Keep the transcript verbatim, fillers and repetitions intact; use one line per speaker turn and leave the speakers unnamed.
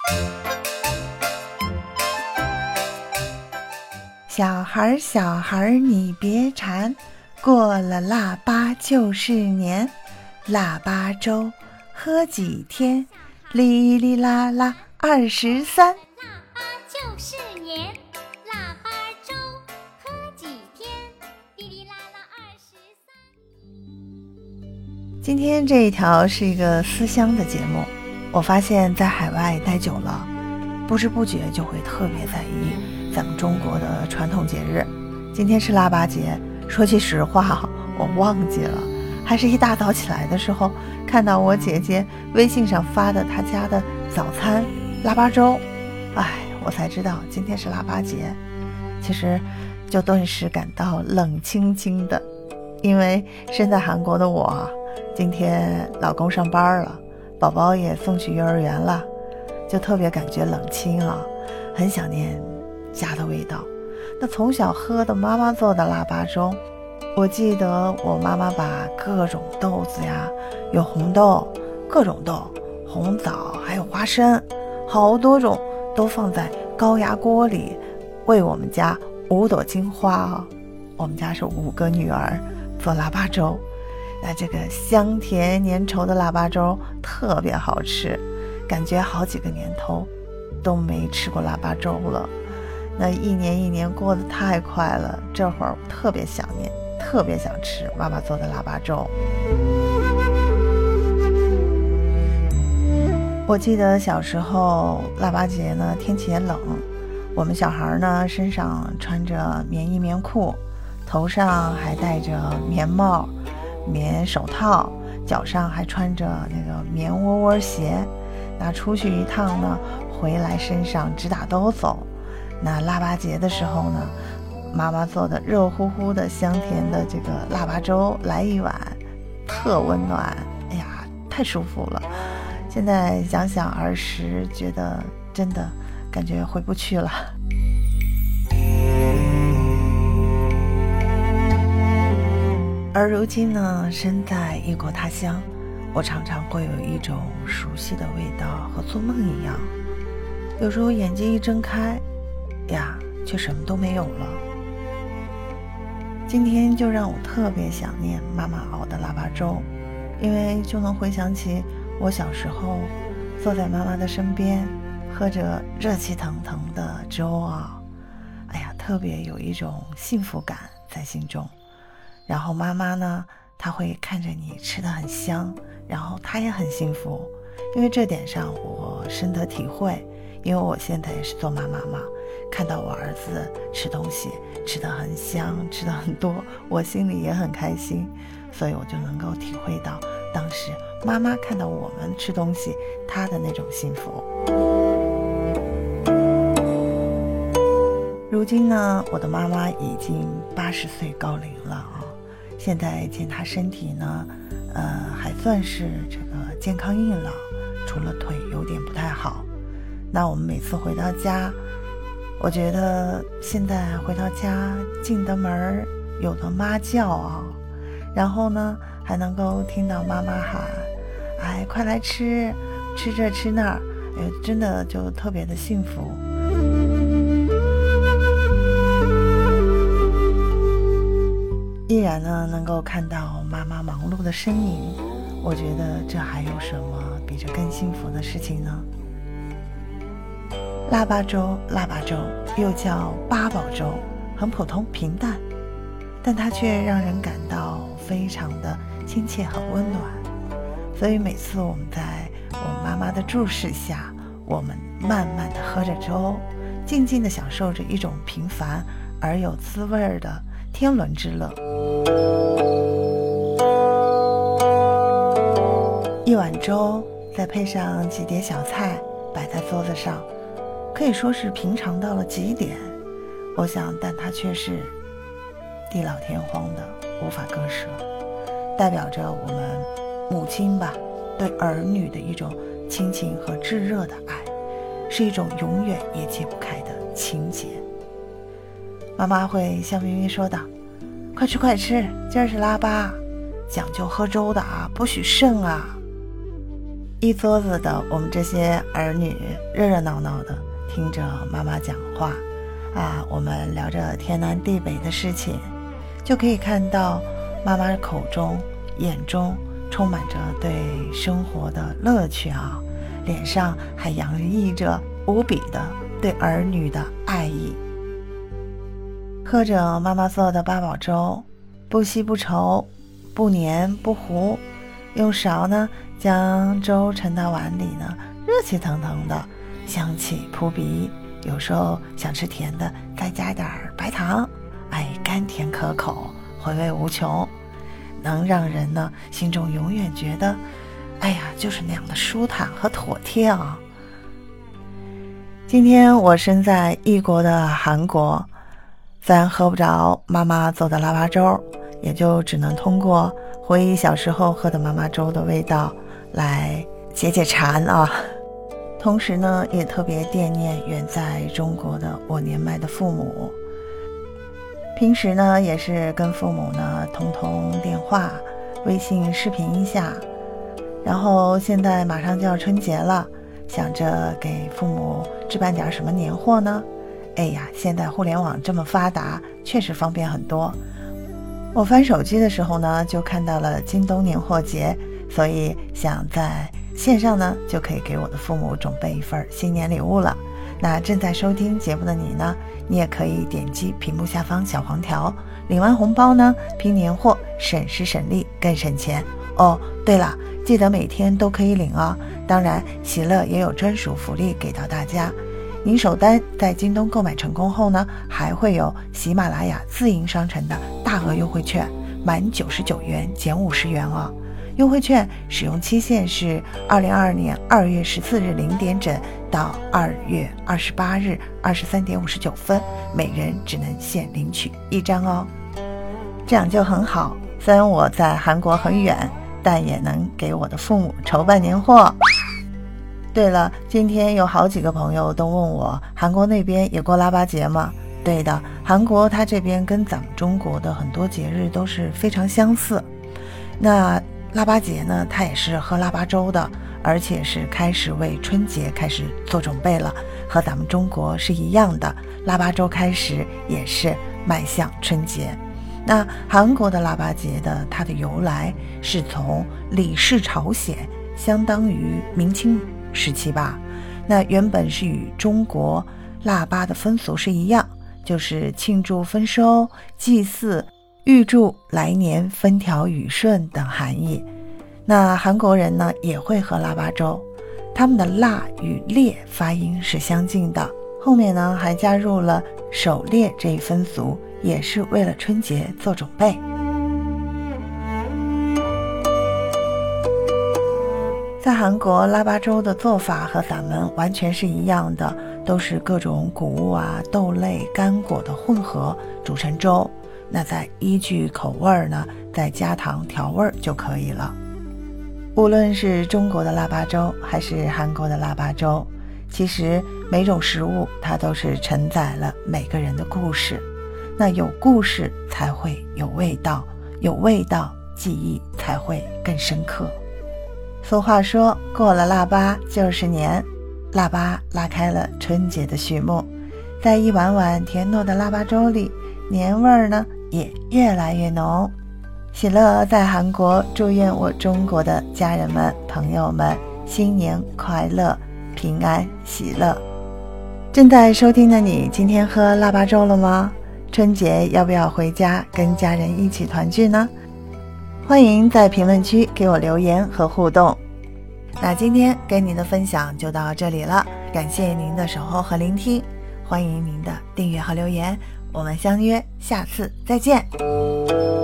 小孩儿小孩儿你别馋，过了腊八就是年。腊八粥喝几天，哩哩啦啦二十三。
腊八就是年，腊八粥喝几天，哩哩啦啦二十三。
今天这一条是一个思乡的节目。我发现在海外待久了，不知不觉就会特别在意咱们中国的传统节日。今天是腊八节，说起实话我忘记了，还是一大早起来的时候看到我姐姐微信上发的她家的早餐腊八粥，哎，我才知道今天是腊八节。其实就顿时感到冷清清的，因为身在韩国的我，今天老公上班了，宝宝也送去幼儿园了，就特别感觉冷清啊，很想念家的味道。那从小喝的妈妈做的腊八粥，我记得我妈妈把各种豆子呀，有红豆，各种豆，红枣，还有花生，好多种都放在高压锅里，为我们家五朵金花啊，我们家是五个女儿做腊八粥。那这个香甜粘稠的腊八粥特别好吃，感觉好几个年头都没吃过腊八粥了。那一年一年过得太快了，这会儿我特别想念，特别想吃妈妈做的腊八粥。我记得小时候腊八节呢，天气也冷，我们小孩呢身上穿着棉衣棉裤，头上还戴着棉帽、棉手套，脚上还穿着那个棉窝窝鞋。那出去一趟呢，回来身上直打哆嗦。那腊八节的时候呢，妈妈做的热乎乎的香甜的这个腊八粥来一碗，特温暖，哎呀，太舒服了。现在想想儿时，觉得真的感觉回不去了。而如今呢，身在异国他乡，我常常会有一种熟悉的味道，和做梦一样。有时候眼睛一睁开呀，却什么都没有了。今天就让我特别想念妈妈熬的腊八粥，因为就能回想起我小时候坐在妈妈的身边，喝着热气腾腾的粥啊，哎呀，特别有一种幸福感在心中。然后妈妈呢，她会看着你吃得很香，然后她也很幸福。因为这点上我深得体会，因为我现在也是做妈妈嘛，看到我儿子吃东西吃得很香，吃得很多，我心里也很开心，所以我就能够体会到当时妈妈看到我们吃东西她的那种幸福。如今呢，我的妈妈已经八十岁高龄了啊，现在见她身体呢，呃，还算是这个健康硬朗，除了腿有点不太好。那我们每次回到家，我觉得现在回到家进的门有的妈叫啊，然后呢还能够听到妈妈喊，哎，快来吃，吃这吃那儿，哎，真的就特别的幸福。依然呢能够看到妈妈忙碌的身影，我觉得这还有什么比这更幸福的事情呢？腊八粥，腊八粥又叫八宝粥，很普通平淡，但它却让人感到非常的亲切和温暖。所以每次我们在我妈妈的注视下，我们慢慢的喝着粥，静静的享受着一种平凡而有滋味的天伦之乐。一碗粥，再配上几碟小菜摆在桌子上，可以说是平常到了极点，我想，但它却是地老天荒的，无法割舍，代表着我们母亲吧对儿女的一种亲情和炙热的爱，是一种永远也解不开的情结。妈妈会笑眯眯说道，快吃快吃，今儿是腊八，讲究喝粥的啊，不许剩啊。 一桌子的我们这些儿女热热闹闹的听着妈妈讲话啊，我们聊着天南地北的事情，就可以看到妈妈口中眼中充满着对生活的乐趣啊，脸上还洋溢着无比的对儿女的爱意。喝着妈妈做的八宝粥，不稀不稠，不黏不糊，用勺呢将粥盛到碗里呢，热气腾腾的，香气扑鼻。有时候想吃甜的，再加点白糖，哎，甘甜可口，回味无穷，能让人呢心中永远觉得，哎呀，就是那样的舒坦和妥帖啊。今天我身在异国的韩国，虽然喝不着妈妈做的腊八粥，也就只能通过回忆小时候喝的妈妈粥的味道来解解馋啊。同时呢，也特别惦念远在中国的我年迈的父母。平时呢，也是跟父母呢通通电话、微信视频一下。然后现在马上就要春节了，想着给父母置办点什么年货呢？哎呀，现在互联网这么发达，确实方便很多。我翻手机的时候呢，就看到了京东年货节，所以想在线上呢就可以给我的父母准备一份新年礼物了。那正在收听节目的你呢，你也可以点击屏幕下方小黄条，领完红包呢拼年货，省时省力更省钱哦。对了，记得每天都可以领哦。当然喜乐也有专属福利给到大家，您首单在京东购买成功后呢，还会有喜马拉雅自营商城的大额优惠券，满九十九元减五十元哦。优惠券使用期限是二零二二年二月十四日零点整到二月二十八日二十三点五十九分，每人只能限领取一张哦。这样就很好，虽然我在韩国很远，但也能给我的父母筹办年货。对了，今天有好几个朋友都问我，韩国那边也过腊八节吗？对的，韩国它这边跟咱们中国的很多节日都是非常相似。那腊八节呢，它也是喝腊八粥的，而且是开始为春节开始做准备了，和咱们中国是一样的，腊八粥开始也是迈向春节。那韩国的腊八节的它的由来是从李氏朝鲜，相当于明清时期吧。那原本是与中国腊八的风俗是一样，就是庆祝丰收、祭祀、预祝来年风调雨顺等含义。那韩国人呢也会喝腊八粥，他们的腊与猎发音是相近的，后面呢还加入了狩猎这一风俗，也是为了春节做准备。在韩国，腊八粥的做法和咱们完全是一样的，都是各种谷物啊、豆类、干果的混合煮成粥。那再依据口味呢，再加糖调味就可以了。无论是中国的腊八粥还是韩国的腊八粥，其实每种食物它都是承载了每个人的故事。那有故事才会有味道，有味道记忆才会更深刻。俗话说，过了腊八就是年，腊八拉开了春节的序幕。在一碗碗甜糯的腊八粥里，年味儿呢也越来越浓。喜乐在韩国，祝愿我中国的家人们朋友们新年快乐，平安喜乐。正在收听的你，今天喝腊八粥了吗？春节要不要回家跟家人一起团聚呢？欢迎在评论区给我留言和互动。那今天跟您的分享就到这里了，感谢您的守候和聆听，欢迎您的订阅和留言，我们相约下次再见。